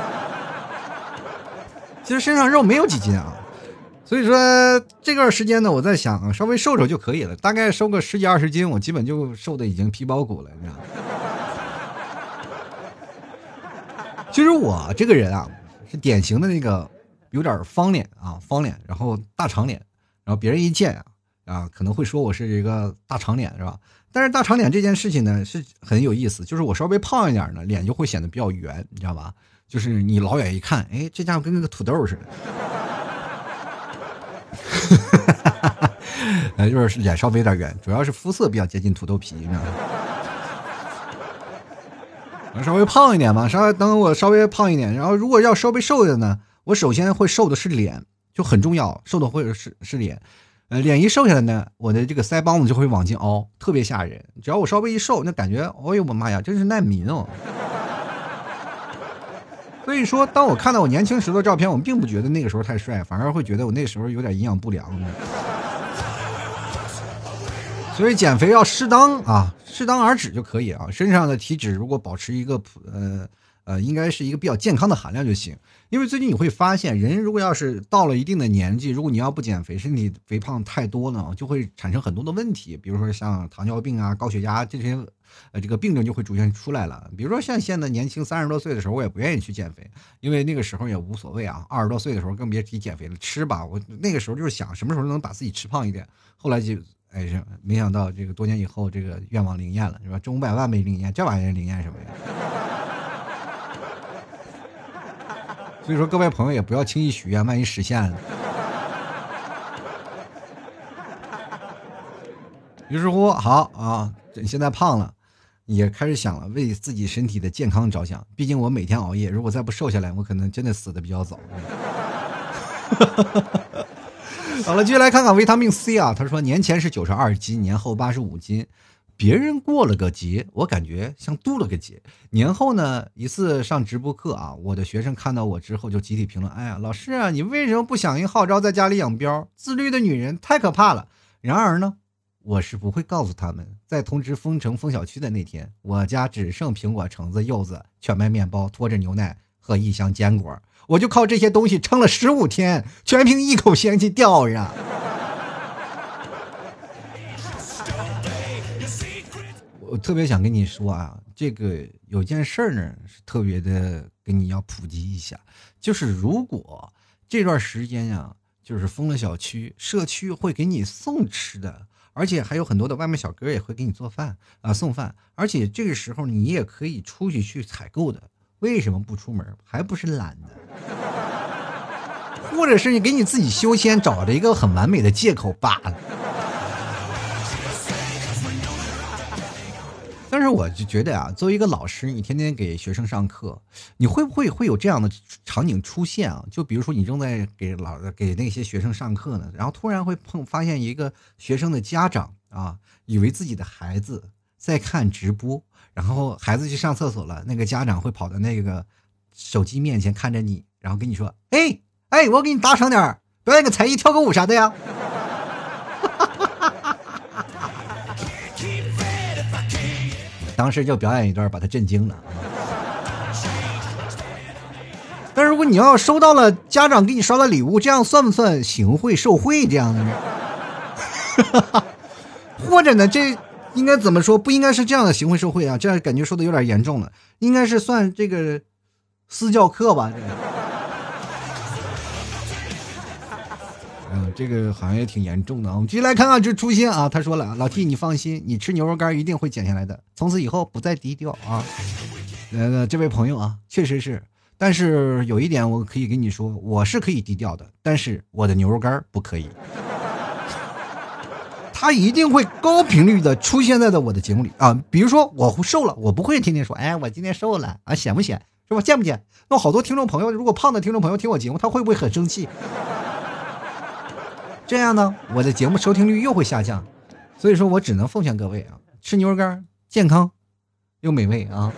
其实身上肉没有几斤啊。所以说这段时间呢，我在想稍微瘦瘦就可以了，大概瘦个10几20斤，我基本就瘦的已经皮包骨了，你知道吗？其实我这个人啊，是典型的那个有点方脸啊，然后大长脸，然后别人一见啊，可能会说我是一个大长脸，是吧？但是大长脸这件事情呢，是很有意思，就是我稍微胖一点呢，脸就会显得比较圆，你知道吧？就是你老远一看，哎，这家伙跟那个土豆似的。就是脸稍微有点圆，主要是肤色比较接近土豆皮，你知道吗？稍微胖一点嘛，等我稍微胖一点，然后如果要稍微瘦的呢，我首先会瘦的是脸，就很重要，瘦的会是脸。脸一瘦下来呢，我的这个腮帮子就会往进凹，特别吓人。只要我稍微一瘦，那感觉，哎呦我妈呀，真是难民哦！所以说，当我看到我年轻时的照片，我并不觉得那个时候太帅，反而会觉得我那时候有点营养不良。所以减肥要适当而止就可以啊。身上的体脂如果保持一个应该是一个比较健康的含量就行。因为最近你会发现，人如果要是到了一定的年纪，如果你要不减肥，身体肥胖太多呢，就会产生很多的问题，比如说像糖尿病啊、高血压这些这个病症就会逐渐出来了。比如说像现在年轻30多岁的时候，我也不愿意去减肥，因为那个时候也无所谓啊。20多岁的时候更别提减肥了，吃吧，我那个时候就是想什么时候能把自己吃胖一点。后来就没想到这个多年以后，这个愿望灵验了，是吧？挣500万没灵验，这玩意儿灵验什么呀？所以说，各位朋友也不要轻易许愿，万一实现了。于是乎，好啊，现在胖了，也开始想了，为自己身体的健康着想。毕竟我每天熬夜，如果再不瘦下来，我可能真的死的比较早。好了，接下来看看维他命 C 啊，他说年前是92斤，年后85斤， 别人过了个节，我感觉像度了个节。年后呢，一次上直播课啊，我的学生看到我之后就集体评论：“哎呀，老师啊，你为什么不响应号召在家里养膘？自律的女人太可怕了。”然而呢，我是不会告诉他们，在通知封城封小区的那天，我家只剩苹果、橙子、柚子、全麦面包、拖着牛奶和一箱坚果，我就靠这些东西撑了15天，全凭一口仙气吊着。我特别想跟你说啊，这个有件事儿呢，是特别的跟你要普及一下，就是如果这段时间呀，就是封了小区，社区会给你送吃的，而且还有很多的外卖小哥也会给你做饭啊，送饭，而且这个时候你也可以出去采购的，为什么不出门？还不是懒的。或者是你给你自己修仙找着一个很完美的借口罢了。但是我就觉得啊，作为一个老师，你天天给学生上课，你会不会有这样的场景出现啊？就比如说你正在给那些学生上课呢，然后突然会发现一个学生的家长啊，以为自己的孩子在看直播，然后孩子去上厕所了，那个家长会跑到那个手机面前看着你，然后跟你说：“哎，我给你打赏点，表演个才艺，跳个舞啥的呀。”当时就表演一段，把他震惊了。但如果你要收到了家长给你刷的礼物，这样算不算行贿受贿这样的呢？或者呢，这应该怎么说？不应该是这样的行贿受贿啊，这样感觉说的有点严重了，应该是算这个私教课吧。这个好像也挺严重的啊。我们继续来看看这初心啊，他说了：“老 T， 你放心，你吃牛肉干一定会减下来的，从此以后不再低调啊。”这位朋友啊，确实是，但是有一点我可以跟你说，我是可以低调的，但是我的牛肉干不可以。他一定会高频率的出现在我的节目里啊。比如说我瘦了，我不会天天说：“哎，我今天瘦了啊，显不显？是吧？见不见？”那好多听众朋友，如果胖的听众朋友听我节目，他会不会很生气？这样呢，我的节目收听率又会下降，所以说我只能奉劝各位啊，吃牛肉干健康又美味啊。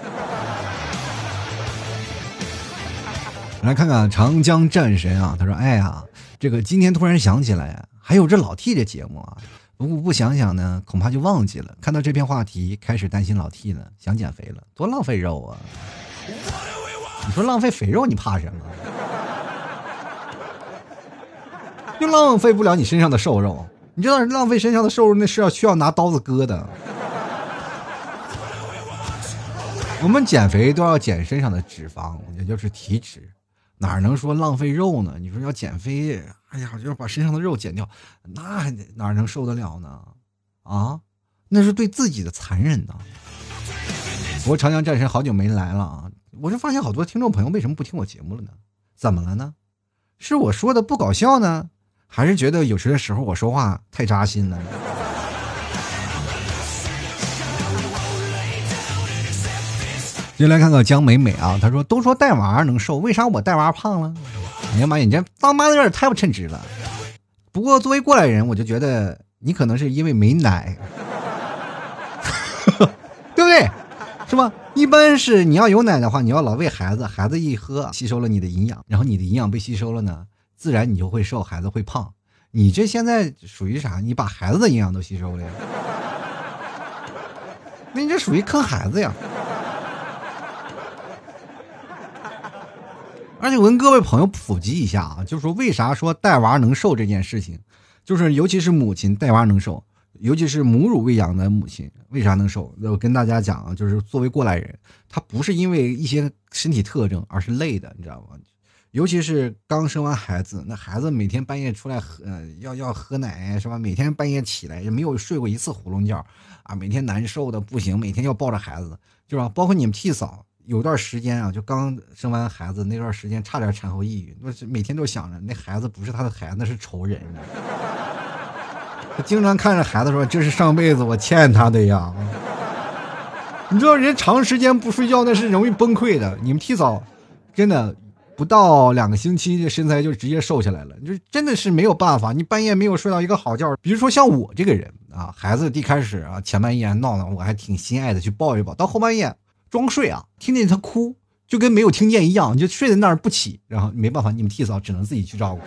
来看看长江战神啊，他说：“哎呀，这个今天突然想起来啊，还有这老 T 的节目啊，不想想呢，恐怕就忘记了。看到这篇话题，开始担心老 T 了，想减肥了，多浪费肉啊！你说浪费肥肉，你怕什么？”就浪费不了你身上的瘦肉，你知道浪费身上的瘦肉那是需要拿刀子割的。我们减肥都要减身上的脂肪，也就是体脂，哪能说浪费肉呢？你说要减肥，哎呀，就是把身上的肉减掉，那哪能受得了呢？啊，那是对自己的残忍呐。不过长江战神好久没来了啊，我就发现好多听众朋友为什么不听我节目了呢？怎么了呢？是我说的不搞笑呢？还是觉得有些时候我说话太扎心了。接来看看江美美啊，她说：“都说带娃能瘦，为啥我带娃胖了？”哎呀妈呀，你这当妈的有点太不称职了。不过作为过来人，我就觉得你可能是因为没奶，对不对？是吧？一般是你要有奶的话，你要老喂孩子，孩子一喝吸收了你的营养，然后你的营养被吸收了呢，自然你就会瘦，孩子会胖。你这现在属于啥？你把孩子的营养都吸收了呀？那你这属于坑孩子呀！而且我跟各位朋友普及一下啊，就是说为啥说带娃能瘦这件事情，就是尤其是母亲带娃能瘦，尤其是母乳喂养的母亲为啥能瘦？我跟大家讲啊，就是作为过来人，他不是因为一些身体特征，而是累的，你知道吗？尤其是刚生完孩子，那孩子每天半夜出来要喝奶是吧？每天半夜起来也没有睡过一次囫囵觉啊，每天难受的不行，每天要抱着孩子，是吧？包括你们替嫂，有段时间啊，就刚生完孩子那段时间，差点产后抑郁，每天都想着那孩子不是他的孩子，那是仇人。他经常看着孩子说：“这是上辈子我欠他的呀。”你知道人长时间不睡觉那是容易崩溃的。你们替嫂真的不到2个星期，这身材就直接瘦下来了。就真的是没有办法，你半夜没有睡到一个好觉，比如说像我这个人啊，孩子一开始啊前半夜闹闹，我还挺心爱的去抱一抱，到后半夜装睡啊，听见他哭就跟没有听见一样，就睡在那儿不起，然后没办法，你们替嫂只能自己去照顾。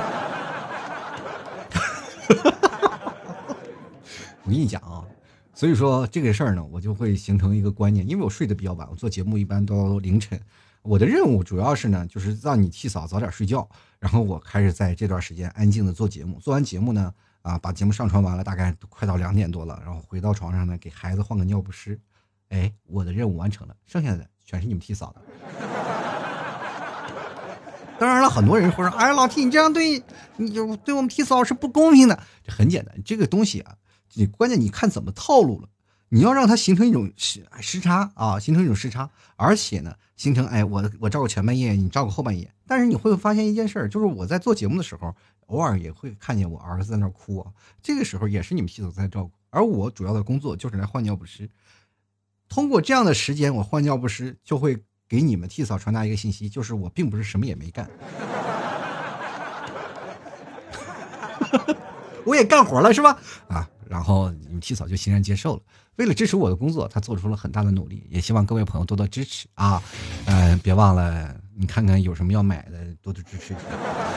我跟你讲啊，所以说这个事儿呢，我就会形成一个观念，因为我睡得比较晚，我做节目一般都凌晨。我的任务主要是呢，就是让你替嫂早点睡觉，然后我开始在这段时间安静的做节目。做完节目呢，把节目上传完了，大概快到2点多了，然后回到床上呢，给孩子换个尿不湿。哎，我的任务完成了，剩下的全是你们替嫂的。当然了，很多人会说：“哎，老替你这样你就对我们替嫂是不公平的。”这很简单，这个东西啊，你关键你看怎么套路了。你要让它形成一种时差啊，形成一种时差，而且呢，形成我照顾前半夜，你照顾后半夜。但是你会发现一件事儿，就是我在做节目的时候，偶尔也会看见我儿子在那儿哭啊，这个时候也是你们替嫂在照顾，而我主要的工作就是来换尿不湿。通过这样的时间，我换尿不湿就会给你们替嫂传达一个信息，就是我并不是什么也没干。我也干活了是吧？然后你们替嫂就欣然接受了。为了支持我的工作，他做出了很大的努力，也希望各位朋友多多支持啊！别忘了你看看有什么要买的，多多支持一下。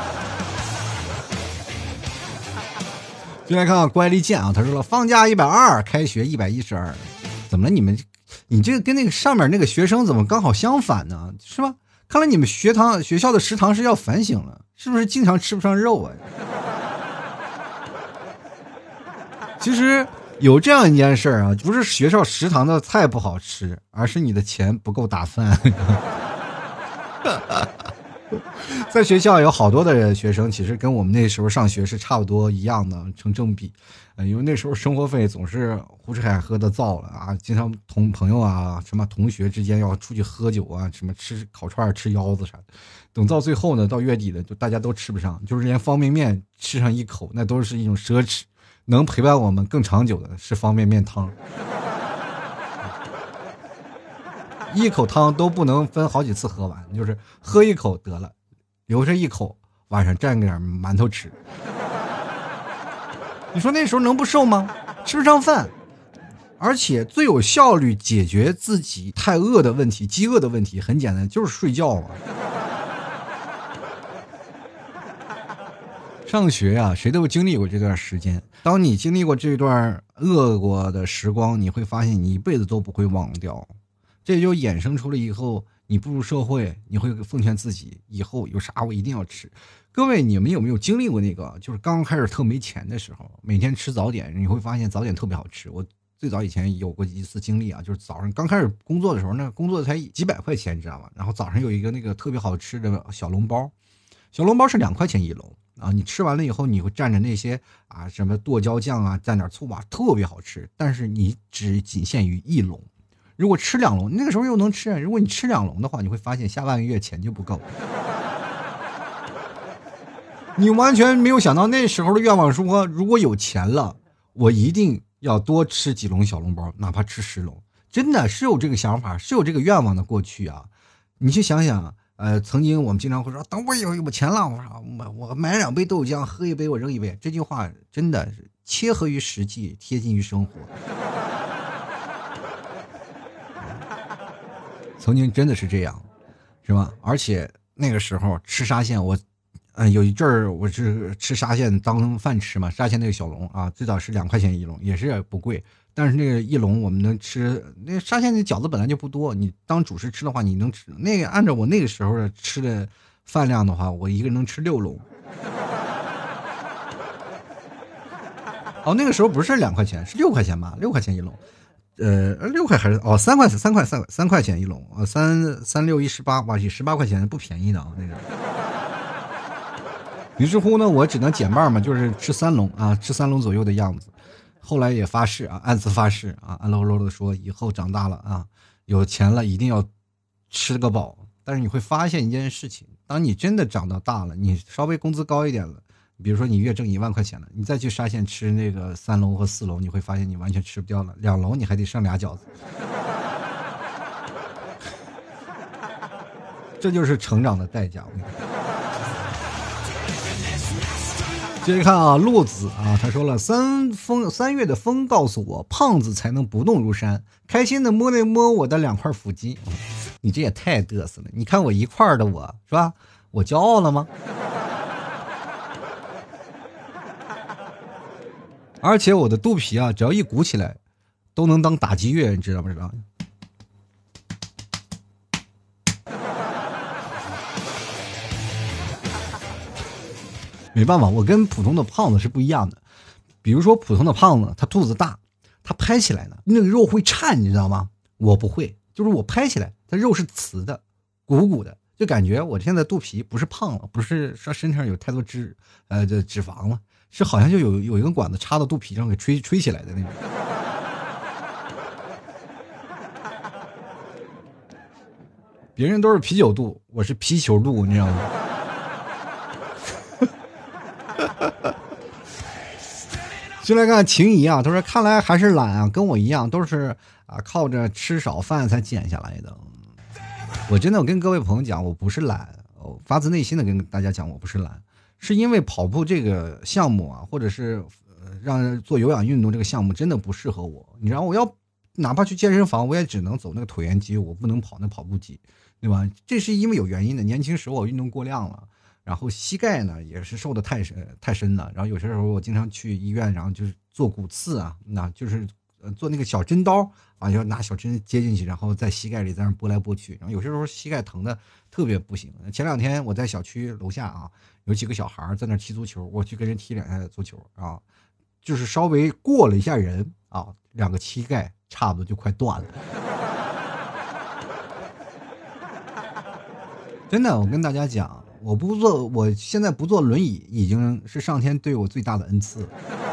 就来看看乖离健啊，他说了，放假120，开学112，怎么了？你这个跟那个上面那个学生怎么刚好相反呢？是吧？看来你们学校的食堂是要反省了，是不是经常吃不上肉啊？其实有这样一件事啊，不是学校食堂的菜不好吃，而是你的钱不够打饭。在学校有好多的学生，其实跟我们那时候上学是差不多一样的，成正比。因为那时候生活费总是胡吃海喝的造了啊，经常同朋友啊、什么同学之间要出去喝酒啊，什么吃烤串、吃腰子啥的。等到最后呢，到月底了，就大家都吃不上，就是连方便面吃上一口，那都是一种奢侈。能陪伴我们更长久的是方便面汤，一口汤都不能分好几次喝完，就是喝一口得了，留着一口，晚上蘸点馒头吃。你说那时候能不瘦吗？吃不上饭，而且最有效率解决自己太饿的问题、饥饿的问题，很简单，就是睡觉嘛。上学呀，谁都经历过这段时间。当你经历过这段饿过的时光，你会发现你一辈子都不会忘掉。这就衍生出了以后你步入社会，你会奉劝自己以后有啥我一定要吃。各位，你们有没有经历过那个就是刚开始特没钱的时候，每天吃早点，你会发现早点特别好吃。我最早以前有过一次经历啊，就是早上刚开始工作的时候，那工作才几百块钱，你知道吗？然后早上有一个那个特别好吃的小笼包，小笼包是2块钱一笼。你吃完了以后，你会蘸着那些什么剁椒酱啊，蘸点醋吧，特别好吃。但是你只仅限于1笼，如果吃2笼，那个时候又能吃。如果你吃2笼的话，你会发现下半个月钱就不够。你完全没有想到那时候的愿望说，如果有钱了，我一定要多吃几笼小笼包，哪怕吃10笼。真的是有这个想法，是有这个愿望的。过去啊，你去想想。曾经我们经常会说，等我有钱了，我买2杯豆浆，喝1杯我扔1杯。这句话真的是切合于实际，贴近于生活。曾经真的是这样，是吧？而且那个时候吃沙县，有一阵儿我是吃沙县当饭吃嘛，沙县那个小笼啊，最早是2块钱一笼，也是不贵。但是那个一笼我们能吃，那沙县的饺子本来就不多，你当主食吃的话，你能吃那个按照我那个时候吃的饭量的话，我一个人能吃6笼。那个时候不是2块钱，是6块钱吧？6块钱一笼，6块还是3块钱一笼啊，3、6、1、18，哇，18块钱不便宜的啊，那个。于是乎呢，我只能减半嘛，就是吃3笼啊，吃3笼左右的样子。后来也发誓啊，暗自发誓啊，暗搂搂的说，以后长大了啊，有钱了一定要吃个饱。但是你会发现一件事情，当你真的长到大了，你稍微工资高一点了，比如说你月挣1万块钱了，你再去沙县吃那个3笼和4笼，你会发现你完全吃不掉了，2笼你还得剩俩饺子。 这就是成长的代价。接着看啊，陆子啊，他说了三月的风告诉我，胖子才能不动如山。开心的摸了摸我的2块腹肌，你这也太嘚瑟了。你看我一块的我是吧？我骄傲了吗？而且我的肚皮啊，只要一鼓起来，都能当打击乐，你知道不知道？没办法，我跟普通的胖子是不一样的。比如说普通的胖子，他肚子大，他拍起来呢，那个肉会颤，你知道吗？我不会，就是我拍起来，它肉是瓷的，鼓鼓的，就感觉我现在肚皮不是胖了，不是说身上有太多脂肪了，是好像就有一根管子插到肚皮上给吹起来的那种。别人都是啤酒肚，我是皮球肚，你知道吗？就来看秦怡啊，他说看来还是懒啊，跟我一样都是靠着吃少饭才减下来的。我真的跟各位朋友讲，我不是懒，发自内心的跟大家讲，我不是懒，是因为跑步这个项目啊，或者是让人做有氧运动这个项目真的不适合我。你知道，我要哪怕去健身房，我也只能走那个椭圆机，我不能跑那跑步机，对吧？这是因为有原因的。年轻时候我运动过量了。然后膝盖呢也是受的太深了，然后有些时候我经常去医院，然后就是做骨刺啊，那就是做那个小针刀啊，要拿小针接进去，然后在膝盖里在那拨来拨去，然后有些时候膝盖疼的特别不行。前2天我在小区楼下啊，有几个小孩在那踢足球，我去跟人踢2下足球啊，就是稍微过了一下人啊，2个膝盖差不多就快断了。真的，我跟大家讲。我现在不坐轮椅，已经是上天对我最大的恩赐。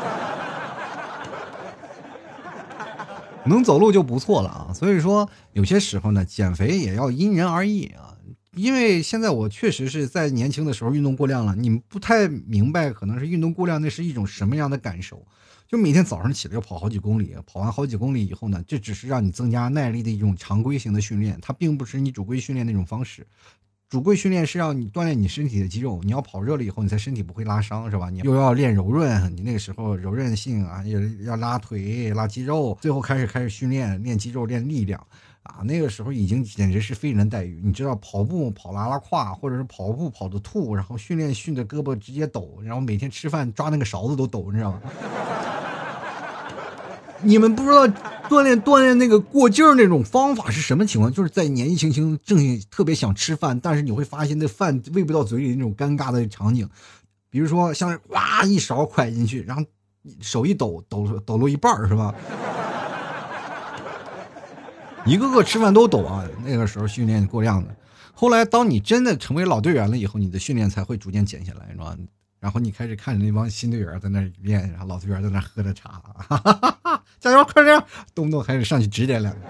能走路就不错了啊！所以说，有些时候呢，减肥也要因人而异啊。因为现在我确实是在年轻的时候运动过量了，你们不太明白，可能是运动过量那是一种什么样的感受。就每天早上起来要跑好几公里，跑完好几公里以后呢，这只是让你增加耐力的一种常规型的训练，它并不是你主规训练那种方式。主规训练是让你锻炼你身体的肌肉，你要跑热了以后，你才身体不会拉伤，是吧？你又要练柔韧，你那个时候柔韧性啊，也要拉腿、拉肌肉，最后开始训练肌肉、练力量啊。那个时候已经简直是非人待遇。你知道跑步跑拉胯，或者是跑步跑的吐，然后训的胳膊直接抖，然后每天吃饭抓那个勺子都抖，你知道吗？你们不知道锻炼那个过劲儿那种方法是什么情况？就是在年纪轻轻正特别想吃饭，但是你会发现那饭喂不到嘴里那种尴尬的场景。比如说像哇一勺蒯进去，然后手一抖落一半是吧？一个个吃饭都抖啊！那个时候训练过量的。后来当你真的成为老队员了以后，你的训练才会逐渐减下来，是吧？然后你开始看着那帮新队员在那练，然后老队员在那喝着茶，哈哈哈哈，加油，快点，动不动还是上去指点两个。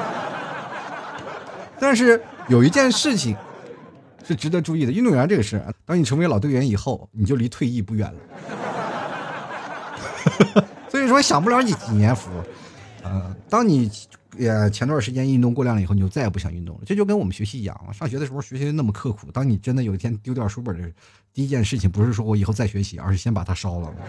但是有一件事情是值得注意的，运动员这个事，当你成为老队员以后，你就离退役不远了。所以说享不了你几年福。当你前段时间运动过量了以后，你就再也不想运动了。这就跟我们学习一样，上学的时候学习那么刻苦，当你真的有一天丢掉书本的第一件事情，不是说我以后再学习，而是先把它烧了。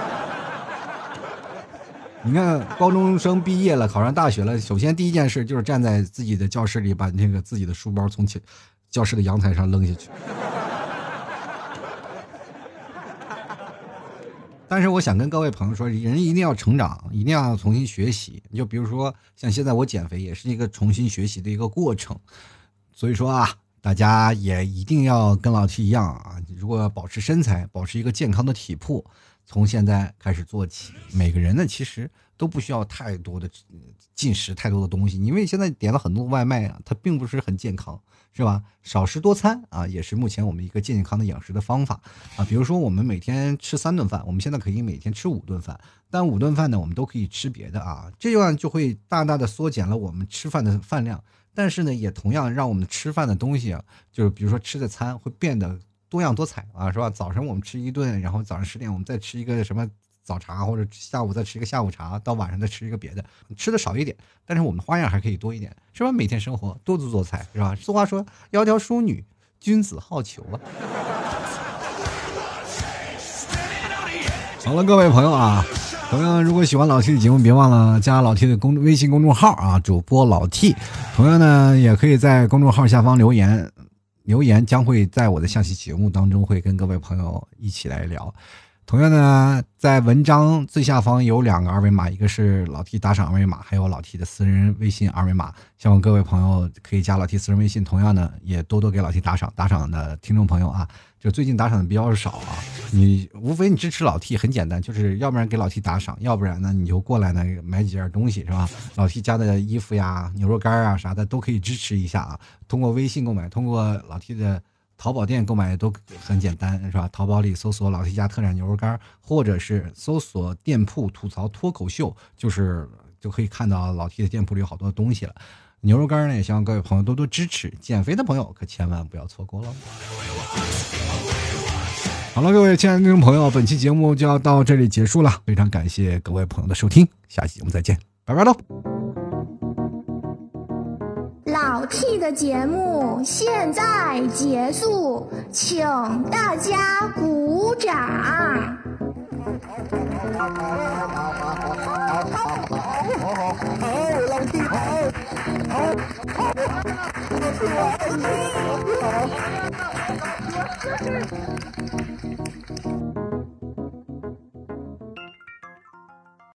你看高中生毕业了，考上大学了，首先第一件事就是站在自己的教室里，把那个自己的书包从教室的阳台上扔下去。但是我想跟各位朋友说，人一定要成长，一定要重新学习。你就比如说像现在我减肥也是一个重新学习的一个过程。所以说啊，大家也一定要跟老 T 一样啊，如果要保持身材，保持一个健康的体魄，从现在开始做起。每个人呢其实都不需要太多的进食太多的东西，因为现在点了很多外卖啊，它并不是很健康，是吧？少食多餐啊，也是目前我们一个健康的饮食的方法啊。比如说我们每天吃3顿饭，我们现在可以每天吃5顿饭，但5顿饭呢我们都可以吃别的啊，这样就会大大的缩减了我们吃饭的饭量，但是呢也同样让我们吃饭的东西啊，就是比如说吃的餐会变得多样多彩啊，是吧？早上我们吃1顿，然后早上10点我们再吃一个什么早茶，或者下午再吃一个下午茶，到晚上再吃一个别的，吃的少一点，但是我们的花样还可以多一点，是吧？每天生活多姿多彩，是吧？俗话说窈窕淑女，君子好逑啊。好了，各位朋友啊，同样如果喜欢老 T 的节目，别忘了加老 T 的微信公众号啊，主播老 T。同样呢，也可以在公众号下方留言，留言将会在我的下期节目当中会跟各位朋友一起来聊。同样呢，在文章最下方有2个二维码，一个是老 T 打赏二维码，还有老 T 的私人微信二维码，希望各位朋友可以加老 T 私人微信。同样呢，也多多给老 T 打赏，打赏的听众朋友啊，就最近打赏的比较少啊，你无非你支持老 T 很简单，就是要不然给老 T 打赏，要不然呢你就过来呢买几件东西，是吧？老 T 家的衣服呀、牛肉干啊啥的都可以支持一下啊，通过微信购买，通过老 T 的淘宝店购买都很简单，是吧？淘宝里搜索老 T 家特产牛肉干，或者是搜索店铺吐槽脱口秀，就可以看到老 T 的店铺里有好多东西了。牛肉干呢，也希望各位朋友多多支持，减肥的朋友可千万不要错过了。好了，各位亲爱的听众朋友，本期节目就要到这里结束了，非常感谢各位朋友的收听，下期节目再见，拜拜喽。 老 T 的节目现在结束，请大家鼓掌。好，